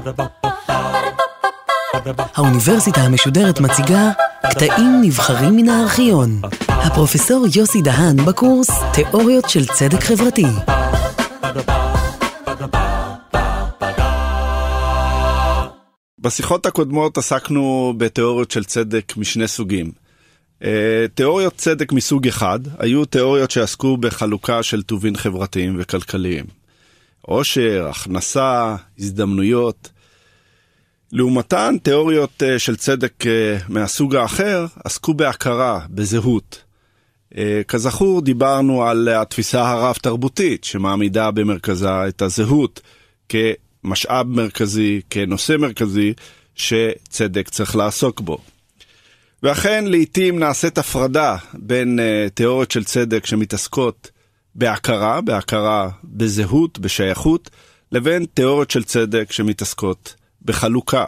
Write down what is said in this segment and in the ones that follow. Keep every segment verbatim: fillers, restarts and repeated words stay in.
האוניברסיטה המשודרת מציגה קטעים נבחרים מן הארכיון. הפרופסור יוסי דהן בקורס תיאוריות של צדק חברתי. בשיחות הקודמות עסקנו בתיאוריות של צדק משני סוגים. תיאוריות צדק מסוג אחד היו תיאוריות שעסקו בחלוקה של טובין חברתיים וכלכליים. עושר, הכנסה, הזדמנויות. לעומתן, תיאוריות של צדק מהסוג האחר עסקו בהכרה, בזהות. כזכור, דיברנו על התפיסה הרב-תרבותית שמעמידה במרכזה את הזהות כמשאב מרכזי, כנושא מרכזי שצדק צריך לעסוק בו. ואכן, לעתים נעשית הפרדה בין תיאוריות של צדק שמתעסקות בהכרה, בהכרה בזהות, בשייכות, לבין תיאוריות של צדק שמתעסקות בחלוקה.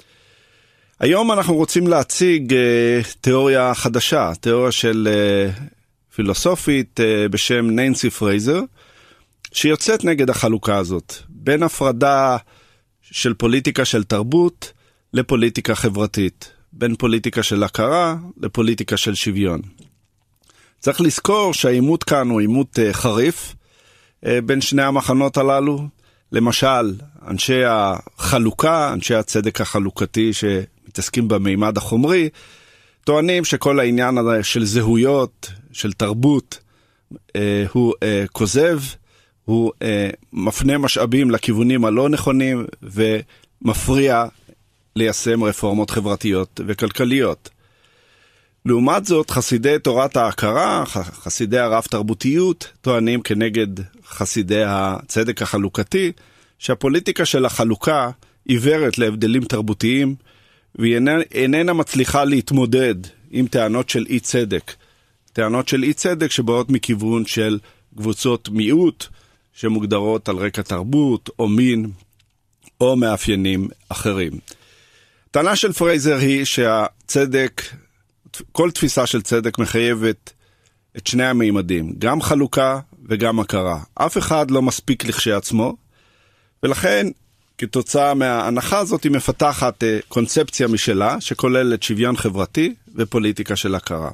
היום אנחנו רוצים להציג uh, תיאוריה חדשה, תיאוריה של uh, פילוסופית uh, בשם ננסי פרייזר, שיוצאת נגד החלוקה הזאת, בין הפרדה של פוליטיקה של תרבות לפוליטיקה חברתית, בין פוליטיקה של הכרה לפוליטיקה של שוויון. צריך לזכור שהעימות כאן הוא עימות uh, חריף uh, בין שני המחנות הללו, למשל, אנשי החלוקה, אנשי הצדק החלוקתי שמתעסקים במימד החומרי, טוענים שכל העניין הזה של זהויות, של תרבות, אה, הוא אה, כוזב, הוא אה, מפנה משאבים לכיוונים הלא נכונים, ומפריע ליישם רפורמות חברתיות וכלכליות. לעומת זאת, חסידי תורת ההכרה, חסידי הרב תרבותיות, טוענים כנגד חסידי הצדק החלוקתי, שהפוליטיקה של החלוקה עיוורת להבדלים תרבותיים, והיא איננה מצליחה להתמודד עם טענות של אי צדק. טענות של אי צדק שבאות מכיוון של קבוצות מיעוט, שמוגדרות על רקע תרבות או מין, או מאפיינים אחרים. טענה של פרייזר היא שהצדק, כל תפיסה של צדק מחייבת את שני המימדים, גם חלוקה וגם הכרה. אף אחד לא מספיק לכשעצמו, ולכן כתוצאה מההנחה הזאת היא מפתחת קונספציה משלה, שכוללת שוויון חברתי ופוליטיקה של הכרה.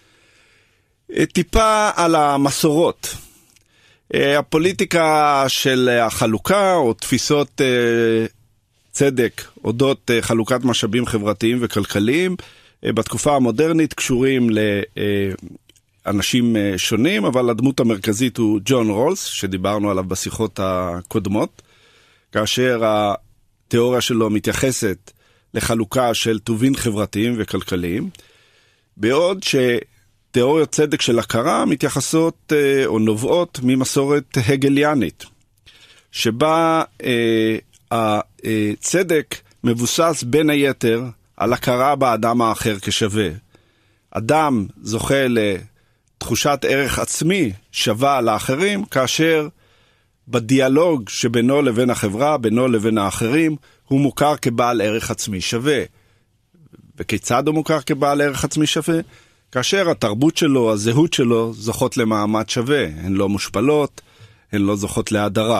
טיפה על המסורות. הפוליטיקה של החלוקה או תפיסות צדק, אודות חלוקת משאבים חברתיים וכלכליים, בתקופה המודרנית קשורים לאנשים שונים, אבל הדמות המרכזית הוא ג'ון רולס, שדיברנו עליו בשיחות הקודמות, כאשר התיאוריה שלו מתייחסת לחלוקה של טובין חברתיים וכלכליים, בעוד שתיאוריות צדק של הכרה מתייחסות או נובעות ממסורת הגליאנית, שבה הצדק מבוסס בין היתר על הכרה באדם האחר כשווה. אדם זוכה לתחושת ערך עצמי שווה לאחרים, כאשר בדיאלוג שבינו לבין החברה, בינו לבין האחרים, הוא מוכר כבעל ערך עצמי שווה. וכיצד הוא מוכר כבעל ערך עצמי שווה? כאשר התרבות שלו, הזהות שלו, זוכות למעמד שווה. הן לא מושפלות, הן לא זוכות להדרה.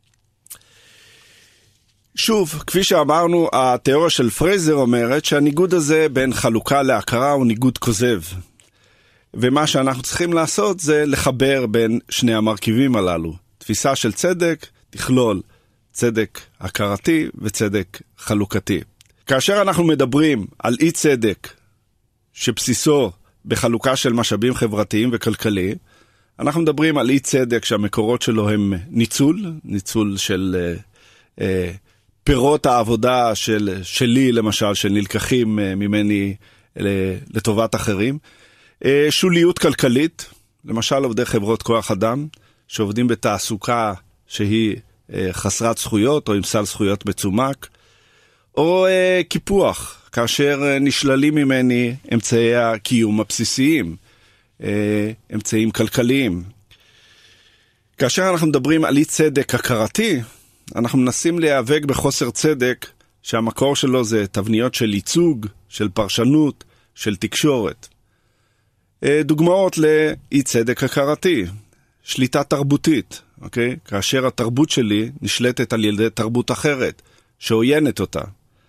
שוב, כפי שאמרנו, התיאוריה של פרייזר אומרת שהניגוד הזה בין חלוקה להכרה הוא ניגוד כוזב. ומה שאנחנו צריכים לעשות זה לחבר בין שני המרכיבים הללו. תפיסה של צדק תכלול צדק הכרתי וצדק חלוקתי. כאשר אנחנו מדברים על אי צדק שבסיסו בחלוקה של משאבים חברתיים וכלכליים, אנחנו מדברים על אי צדק שהמקורות שלו הם ניצול, ניצול של אה, אה, פירות העבודה של, שלי למשל, שנלקחים אה, ממני לטובת אחרים, אה, שוליות כלכלית, למשל עובדי חברות כוח אדם, שעובדים בתעסוקה שהיא אה, חסרת זכויות או עם סל זכויות מצומק, או אה, קיפוח, כאשר אה, נשללים ממני אמצעי הקיום הבסיסיים, אה, אמצעים כלכליים. כאשר אנחנו מדברים על אי צדק הכרתי, אנחנו מנסים להיאבק בחוסר צדק שהמקור שלו זה תבניות של ייצוג, של פרשנות, של תקשורת. אה, דוגמאות לאי צדק הכרתי. שליטה תרבותית, אוקיי? כאשר התרבות שלי נשלטת על ידי תרבות אחרת, שעוינת אותה.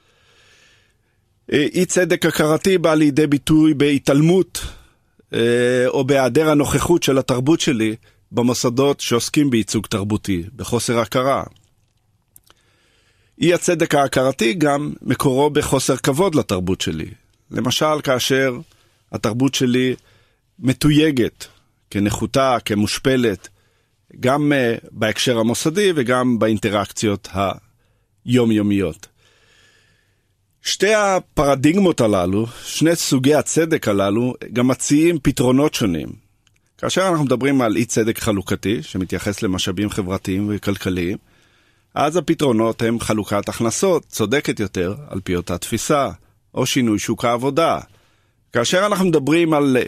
אי צדק הכרתי בא לידי ביטוי בהתעלמות או בהיעדר הנוכחות של התרבות שלי במוסדות שעוסקים בייצוג תרבותי, בחוסר הכרה. אי הצדק ההכרתי גם מקורו בחוסר כבוד לתרבות שלי. למשל, כאשר התרבות שלי מתויגת כנחותה, כמושפלת, גם בהקשר המוסדי וגם באינטראקציות היומיומיות. שתי הפרדיגמות הללו, שני סוגי הצדק הללו, גם מציעים פתרונות שונים. כאשר אנחנו מדברים על אי צדק חלוקתי, שמתייחס למשאבים חברתיים וכלכליים, אז הפתרונות הם חלוקת הכנסות, צודקת יותר, על פי אותה תפיסה, או שינוי שוק העבודה. כאשר אנחנו מדברים על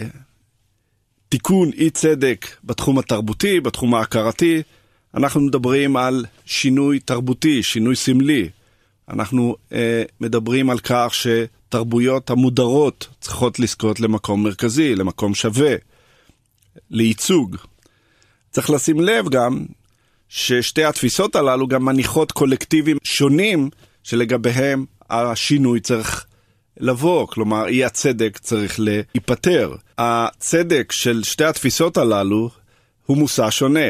תיקון אי צדק בתחום התרבותי, בתחום ההכרתי, אנחנו מדברים על שינוי תרבותי, שינוי סמלי. אנחנו אה, מדברים על כך שתרבויות המודרות צריכות לזכות למקום מרכזי, למקום שווה, לייצוג. צריך לשים לב גם ששתי התפיסות הללו גם מניחות קולקטיבים שונים שלגביהם השינוי צריך לבוא, כלומר אי הצדק צריך להיפטר. הצדק של שתי התפיסות הללו הוא מושא שונה.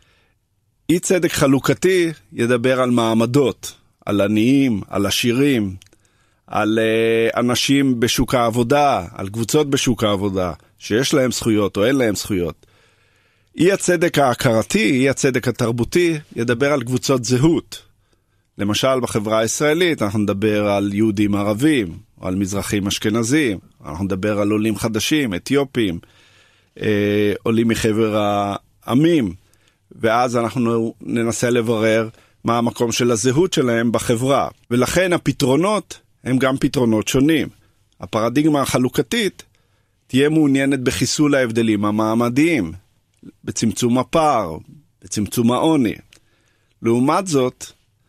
אי צדק חלוקתי ידבר על מעמדות, על עניים, על עשירים, על uh, אנשים בשוק העבודה, על קבוצות בשוק העבודה, שיש להם זכויות או אין להם זכויות. אי הצדק ההכרתי, אי הצדק התרבותי, ידבר על קבוצות זהות. למשל, בחברה הישראלית אנחנו נדבר על יהודים ערבים, או על מזרחים אשכנזים, אנחנו נדבר על עולים חדשים, אתיופים, אה, עולים מחבר העמים, ואז אנחנו ננסה לברר מה המקום של הזהות שלהם בחברה. ולכן הפתרונות הם גם פתרונות שונים. הפרדיגמה החלוקתית תהיה מעוניינת בחיסול ההבדלים המעמדיים, בצמצום הפער, בצמצום העוני. לעומת זאת,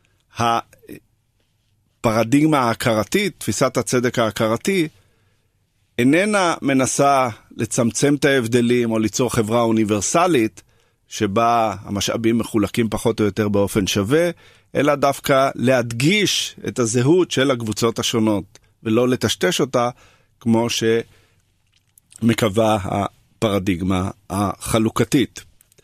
הפרדיגמה ההכרתית, תפיסת הצדק ההכרתי, איננה מנסה לצמצם את ההבדלים או ליצור חברה אוניברסלית, שבה המשאבים מחולקים פחות או יותר באופן שווה, אלא דווקא להדגיש את הזהות של הקבוצות השונות, ולא לטשטש אותה כמו שמקווה הפרדיגמה החלוקתית.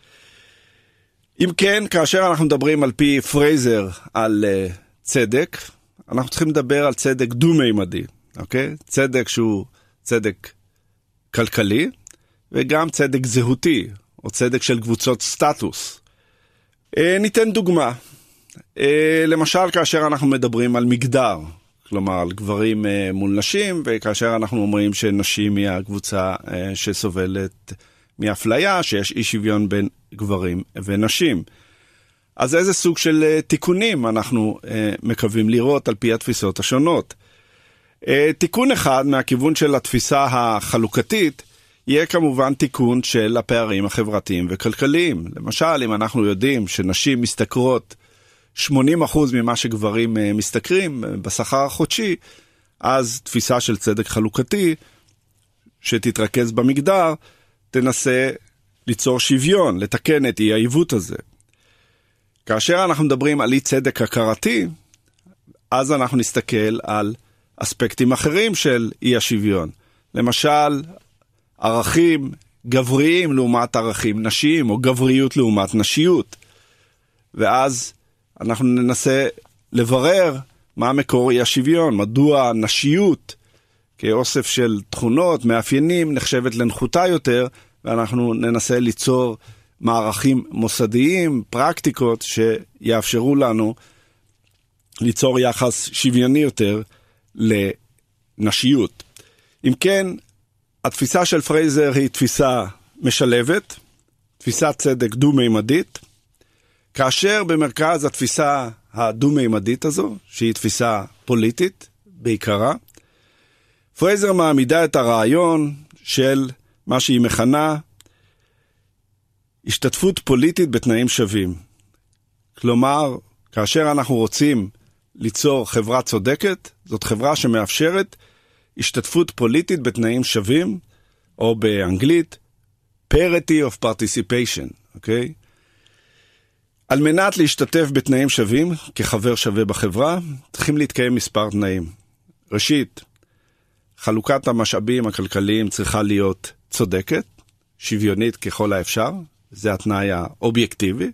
אם כן, כאשר אנחנו מדברים על פי פרייזר על uh, צדק, אנחנו צריכים לדבר על צדק דו-מימדי, אוקיי? צדק שהוא צדק כלכלי, וגם צדק זהותי, או צדק של קבוצות סטטוס. אה, ניתן דוגמה. אה, למשל, כאשר אנחנו מדברים על מגדר, כלומר, על גברים אה, מול נשים, וכאשר אנחנו אומרים שנשים היא הקבוצה אה, שסובלת מאפליה, שיש אי שוויון בין גברים ונשים. אז איזה סוג של אה, תיקונים אנחנו אה, מקווים לראות על פי התפיסות השונות? אה, תיקון אחד מהכיוון של התפיסה החלוקתית, יהיה כמובן תיקון של הפערים החברתיים וכלכליים. למשל, אם אנחנו יודעים שנשים משתכרות שמונים אחוז ממה שגברים משתכרים בשכר החודשי, אז תפיסה של צדק חלוקתי שתתרכז במגדר, תנסה ליצור שוויון, לתקן את אי העיוות הזה. כאשר אנחנו מדברים על אי צדק הכרתי, אז אנחנו נסתכל על אספקטים אחרים של אי השוויון. למשל, ערכים גבריים לעומת ערכים נשיים, או גבריות לעומת נשיות. ואז אנחנו ננסה לברר מה מקור אי השוויון, מדוע נשיות כאוסף של תכונות, מאפיינים, נחשבת לנחותה יותר, ואנחנו ננסה ליצור מערכים מוסדיים, פרקטיקות, שיאפשרו לנו ליצור יחס שוויוני יותר לנשיות. אם כן, התפיסה של פרייזר היא תפיסה משלבת, תפיסת צדק דו-מימדית, כאשר במרכז התפיסה הדו-מימדית הזו, שהיא תפיסה פוליטית בעיקרה, פרייזר מעמידה את הרעיון של מה שהיא מכנה השתתפות פוליטית בתנאים שווים. כלומר, כאשר אנחנו רוצים ליצור חברה צודקת, זאת חברה שמאפשרת השתתפות פוליטית בתנאים שווים, או באנגלית, parity of participation, אוקיי? על מנת להשתתף בתנאים שווים, כחבר שווה בחברה, צריכים להתקיים מספר תנאים. ראשית, חלוקת המשאבים הכלכליים צריכה להיות צודקת, שוויונית ככל האפשר, זה התנאי האובייקטיבי,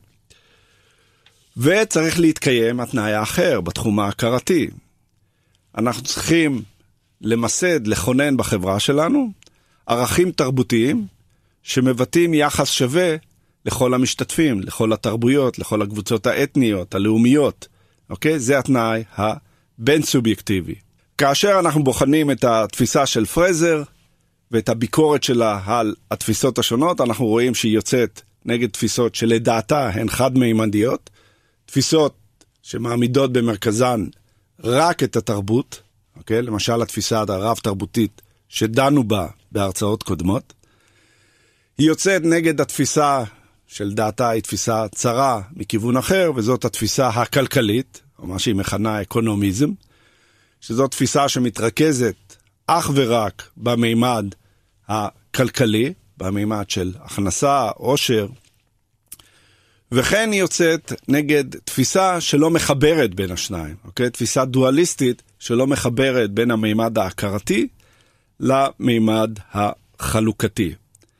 וצריך להתקיים התנאי האחר בתחום ההכרתי. אנחנו צריכים למסד, לכונן בחברה שלנו, ערכים תרבותיים שמבטאים יחס שווה לכל המשתתפים, לכל התרבויות, לכל הקבוצות האתניות, הלאומיות. אוקיי? זה התנאי הבין סובייקטיבי. כאשר אנחנו בוחנים את התפיסה של פרזר ואת הביקורת שלה על התפיסות השונות, אנחנו רואים שהיא יוצאת נגד תפיסות שלדעתה הן חד-מימדיות, תפיסות שמעמידות במרכזן רק את התרבות, אוקיי? למשל התפיסה הרב-תרבותית שדנו בה בהרצאות קודמות. היא יוצאת נגד התפיסה של דעתה היא תפיסה צרה מכיוון אחר, וזאת התפיסה הכלכלית, או מה שהיא מכנה אקונומיזם, שזאת תפיסה שמתרכזת אך ורק במימד הכלכלי, במימד של הכנסה, עושר, וכן היא יוצאת נגד תפיסה שלא מחברת בין השניים, אוקיי? תפיסה דואליסטית שלא מחברת בין המימד ההכרתי למימד החלוקתי.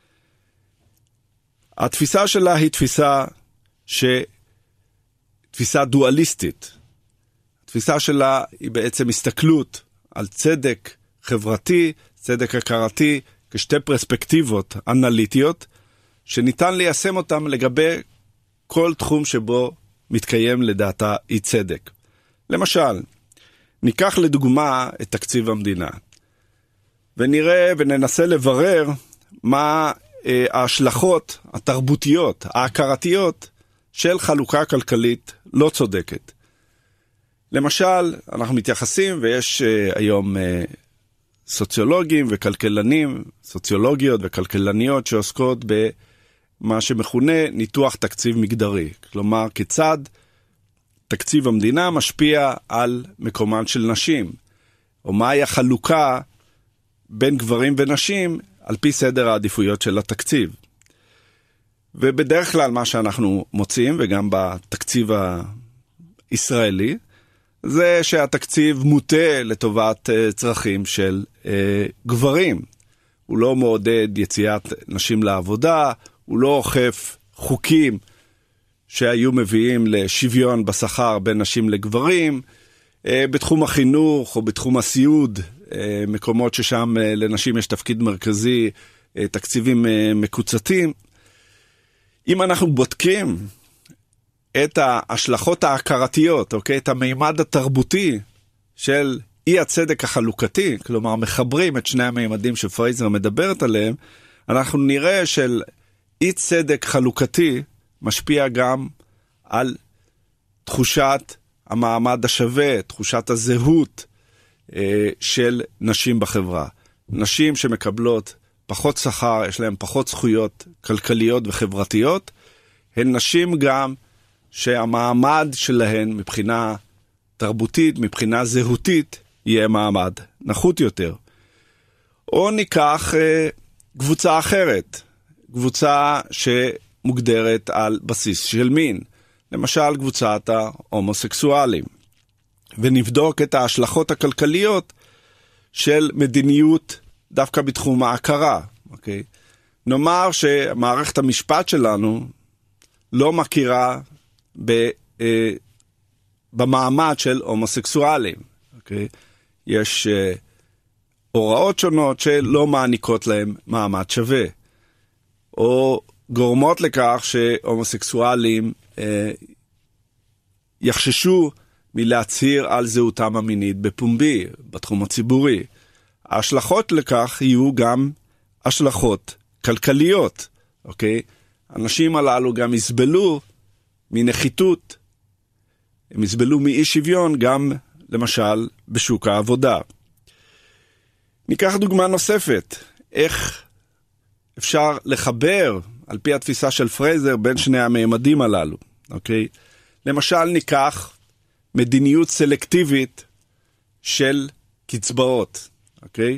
התפיסה שלה היא תפיסה ש... תפיסה דואליסטית. התפיסה שלה היא בעצם הסתכלות על צדק חברתי, צדק הכרתי, כשתי פרספקטיבות אנליטיות, שניתן ליישם אותם לגבי כל תחום שבו מתקיים לדעתה אי צדק. למשל, ניקח לדוגמה את תקציב המדינה, ונראה וננסה לברר מה אה, ההשלכות התרבותיות, ההכרתיות של חלוקה כלכלית לא צודקת. למשל, אנחנו מתייחסים, ויש אה, היום אה, סוציולוגים וכלכלנים, סוציולוגיות וכלכלניות שעוסקות במה שמכונה ניתוח תקציב מגדרי. כלומר, כיצד תקציב המדינה משפיע על מקומן של נשים, או מהי החלוקה בין גברים ונשים על פי סדר העדיפויות של התקציב. ובדרך כלל מה שאנחנו מוצאים, וגם בתקציב הישראלי, זה שהתקציב מוטה לטובת uh, צרכים של uh, גברים. הוא לא מעודד יציאת נשים לעבודה, הוא לא אוכף חוקים שהיו מביאים לשוויון בשכר בין נשים לגברים, uh, בתחום החינוך או בתחום הסיוד, uh, מקומות ששם uh, לנשים יש תפקיד מרכזי, uh, תקציבים uh, מקוצצים. אם אנחנו בודקים את ההשלכות ההכרתיות, אוקיי? את המימד התרבותי של אי הצדק החלוקתי, כלומר מחברים את שני המימדים שפרייזר מדברת עליהם, אנחנו נראה של אי צדק חלוקתי משפיע גם על תחושת המעמד השווה, תחושת הזהות אה, של נשים בחברה. נשים שמקבלות פחות שכר, יש להן פחות זכויות כלכליות וחברתיות, הן נשים גם שהמעמד שלהן מבחינה תרבותית, מבחינה זהותית, יהיה מעמד נחות יותר. או ניקח אה, קבוצה אחרת, קבוצה שמוגדרת על בסיס של מין, למשל קבוצת ההומוסקסואלים, ונבדוק את ההשלכות הכלכליות של מדיניות דווקא בתחום ההכרה. אוקיי? נאמר שמערכת המשפט שלנו לא מכירה ב, אה, במעמד של הומוסקסואלים. אוקיי? יש אה, הוראות שונות שלא מעניקות להם מעמד שווה, או גורמות לכך שהומוסקסואלים אה, יחששו מלהצהיר על זהותם המינית בפומבי, בתחום הציבורי. ההשלכות לכך יהיו גם השלכות כלכליות. אוקיי? אנשים הללו גם יסבלו מנחיתות, הם יסבלו מאי שוויון גם למשל בשוק העבודה. ניקח דוגמה נוספת, איך אפשר לחבר על פי התפיסה של פרייזר בין שני הממדים הללו. אוקיי? למשל ניקח מדיניות סלקטיבית של קצבאות. אוקיי?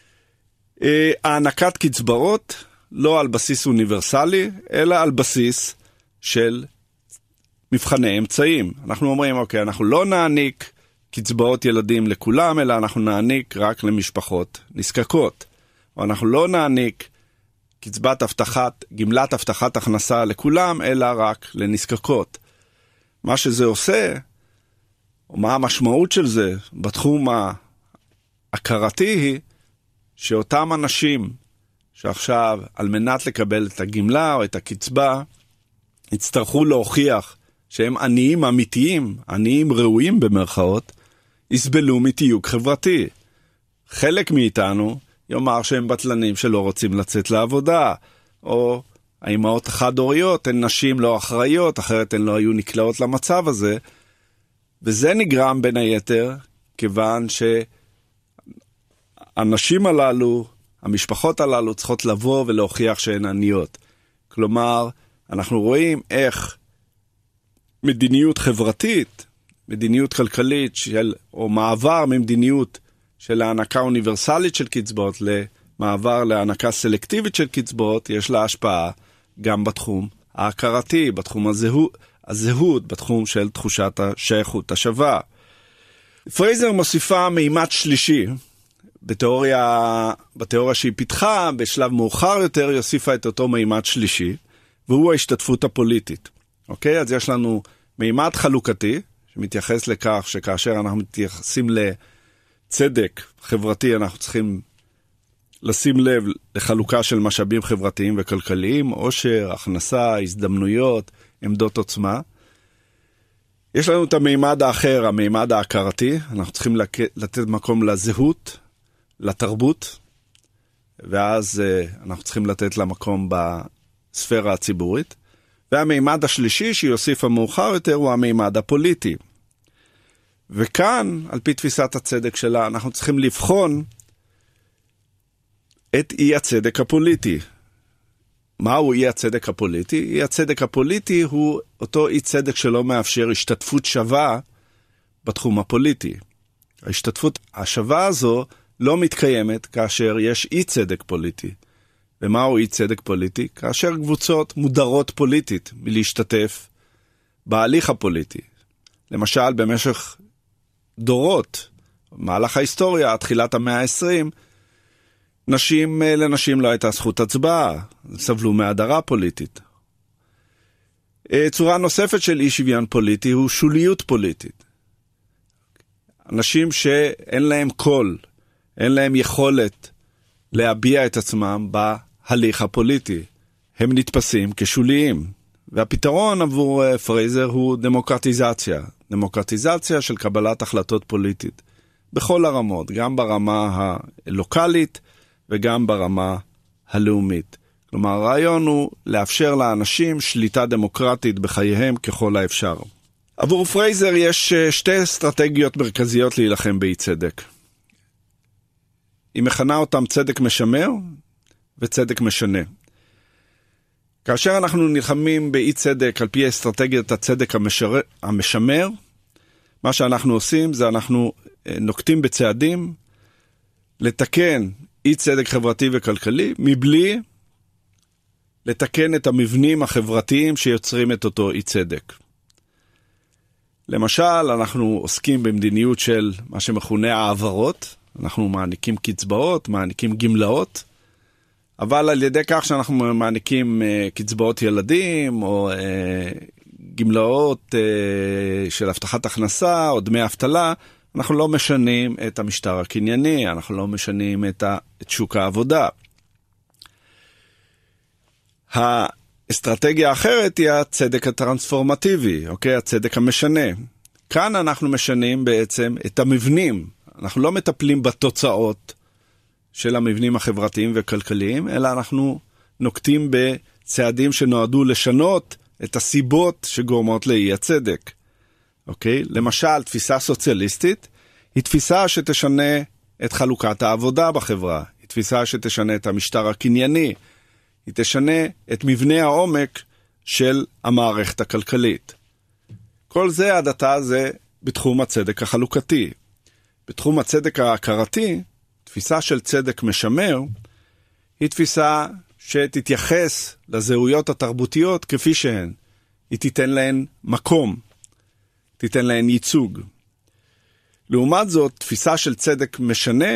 הענקת קצבאות לא על בסיס אוניברסלי, אלא על בסיס של מבחני אמצעים. אנחנו אומרים, אוקיי, אנחנו לא נעניק קצבאות ילדים לכולם, אלא אנחנו נעניק רק למשפחות נזקקות. או אנחנו לא נעניק קצבת הבטחת, גמלת הבטחת הכנסה לכולם, אלא רק לנזקקות. מה שזה עושה, או מה המשמעות של זה בתחום ההכרתי היא, שאותם אנשים שעכשיו על מנת לקבל את הגמלה או את הקצבה, יצטרכו להוכיח שהם עניים אמיתיים, עניים ראויים במרכאות, יסבלו מתיוג חברתי. חלק מאיתנו יאמר שהם בטלנים שלא רוצים לצאת לעבודה, או האימהות החד-הוריות הן נשים לא אחראיות, אחרת הן לא היו נקלעות למצב הזה, וזה נגרם בין היתר, כיוון שהנשים הללו, המשפחות הללו צריכות לבוא ולהוכיח שהן עניות. כלומר, אנחנו רואים איך מדיניות חברתית, מדיניות כלכלית, של, או מעבר ממדיניות של הענקה אוניברסלית של קצבאות למעבר להענקה סלקטיבית של קצבאות, יש לה השפעה גם בתחום ההכרתי, בתחום הזהות, הזהות, בתחום של תחושת השייכות השווה. פרייזר מוסיפה מימד שלישי, בתיאוריה, בתיאוריה שהיא פיתחה, בשלב מאוחר יותר היא הוסיפה את אותו מימד שלישי, והוא ההשתתפות הפוליטית. אוקיי? אז יש לנו מימד חלוקתי, שמתייחס לכך שכאשר אנחנו מתייחסים לצדק חברתי, אנחנו צריכים לשים לב לחלוקה של משאבים חברתיים וכלכליים, עושר, הכנסה, הזדמנויות, עמדות עוצמה. יש לנו את המימד האחר, המימד ההכרתי, אנחנו צריכים לתת מקום לזהות, לתרבות, ואז אנחנו צריכים לתת לה מקום בספירה הציבורית. והמימד השלישי שיוסיף המאוחר יותר הוא המימד הפוליטי. וכאן, על פי תפיסת הצדק שלה, אנחנו צריכים לבחון את אי הצדק הפוליטי. מהו אי הצדק הפוליטי? אי הצדק הפוליטי הוא אותו אי צדק שלא מאפשר השתתפות שווה בתחום הפוליטי. ההשתתפות השווה הזו לא מתקיימת כאשר יש אי צדק פוליטי. ומהו אי צדק פוליטי? כאשר קבוצות מודרות פוליטית מלהשתתף בהליך הפוליטי. למשל, במשך דורות, במהלך ההיסטוריה, תחילת המאה ה-עשרים, נשים, לנשים לא הייתה זכות הצבעה, סבלו מהדרה פוליטית. צורה נוספת של אי שוויון פוליטי הוא שוליות פוליטית. אנשים שאין להם קול, אין להם יכולת להביע את עצמם בהליך הפוליטי. הם נתפסים כשוליים. והפתרון עבור פרייזר הוא דמוקרטיזציה. דמוקרטיזציה של קבלת החלטות פוליטית. בכל הרמות, גם ברמה הלוקלית וגם ברמה הלאומית. כלומר, הרעיון הוא לאפשר לאנשים שליטה דמוקרטית בחייהם ככל האפשר. עבור פרייזר יש שתי אסטרטגיות מרכזיות להילחם באי צדק. היא מכנה אותם צדק משמר וצדק משנה. כאשר אנחנו נלחמים באי צדק על פי אסטרטגיית הצדק המשר... המשמר, מה שאנחנו עושים זה אנחנו נוקטים בצעדים לתקן אי צדק חברתי וכלכלי, מבלי לתקן את המבנים החברתיים שיוצרים את אותו אי צדק. למשל, אנחנו עוסקים במדיניות של מה שמכונה העברות, אנחנו מעניקים קצבאות, מעניקים גמלאות, אבל על ידי כך שאנחנו מעניקים uh, קצבאות ילדים, או uh, גמלאות uh, של הבטחת הכנסה, או דמי אבטלה, אנחנו לא משנים את המשטר הקנייני, אנחנו לא משנים את, ה, את שוק העבודה. האסטרטגיה האחרת היא הצדק הטרנספורמטיבי, אוקיי? הצדק המשנה. כאן אנחנו משנים בעצם את המבנים. אנחנו לא מטפלים בתוצאות של המבנים החברתיים וכלכליים, אלא אנחנו נוקטים בצעדים שנועדו לשנות את הסיבות שגורמות לאי הצדק. אוקיי? למשל, תפיסה סוציאליסטית היא תפיסה שתשנה את חלוקת העבודה בחברה, היא תפיסה שתשנה את המשטר הקנייני, היא תשנה את מבנה העומק של המערכת הכלכלית. כל זה עד עתה זה בתחום הצדק החלוקתי. בתחום הצדק ההכרתי, תפיסה של צדק משמר, היא תפיסה שתתייחס לזהויות התרבותיות כפי שהן. היא תיתן להן מקום, תיתן להן ייצוג. לעומת זאת, תפיסה של צדק משנה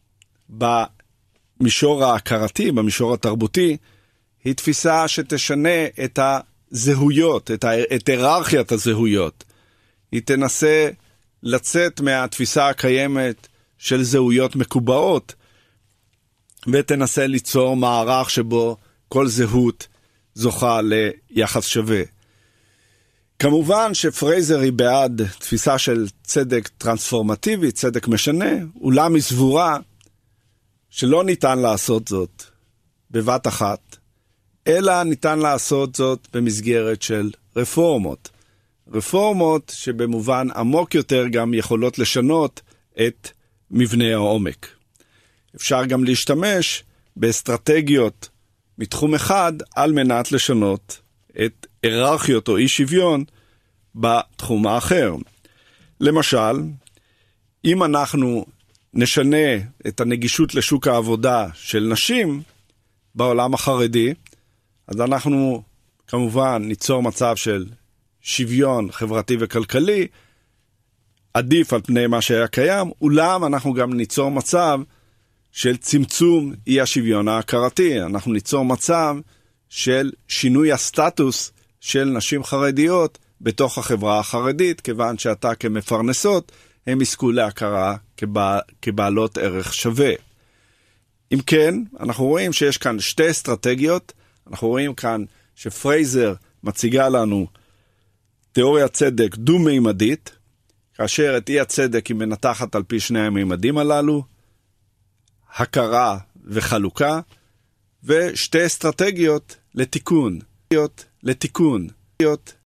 במישור ההכרתי, במישור התרבותי, היא תפיסה שתשנה את הזהויות, את, ה... את היררכיית הזהויות. היא תנסה לצאת מהתפיסה הקיימת של זהויות מקובעות, ותנסה ליצור מערך שבו כל זהות זוכה ליחס שווה. כמובן שפרייזר היא בעד תפיסה של צדק טרנספורמטיבי, צדק משנה, אולם היא סבורה שלא ניתן לעשות זאת בבת אחת, אלא ניתן לעשות זאת במסגרת של רפורמות. רפורמות שבמובן עמוק יותר גם יכולות לשנות את מבנה העומק. אפשר גם להשתמש באסטרטגיות מתחום אחד על מנת לשנות את היררכיות או אי שוויון בתחום האחר. למשל, אם אנחנו נשנה את הנגישות לשוק העבודה של נשים בעולם החרדי, אז אנחנו כמובן ניצור מצב של שוויון חברתי וכלכלי, עדיף על פני מה שהיה קיים, אולם אנחנו גם ניצור מצב של צמצום אי השוויון ההכרתי. אנחנו ניצור מצב של שינוי הסטטוס של נשים חרדיות בתוך החברה החרדית, כיוון שאתה כמפרנסות, הם יזכו להכרה כבע... כבעלות ערך שווה. אם כן, אנחנו רואים שיש כאן שתי אסטרטגיות, אנחנו רואים כאן שפרייזר מציגה לנו תיאוריית צדק דו-מימדית, כאשר את אי הצדק היא מנתחת על פי שני המימדים הללו, הכרה וחלוקה, ושתי אסטרטגיות לתיקון, לתיקון,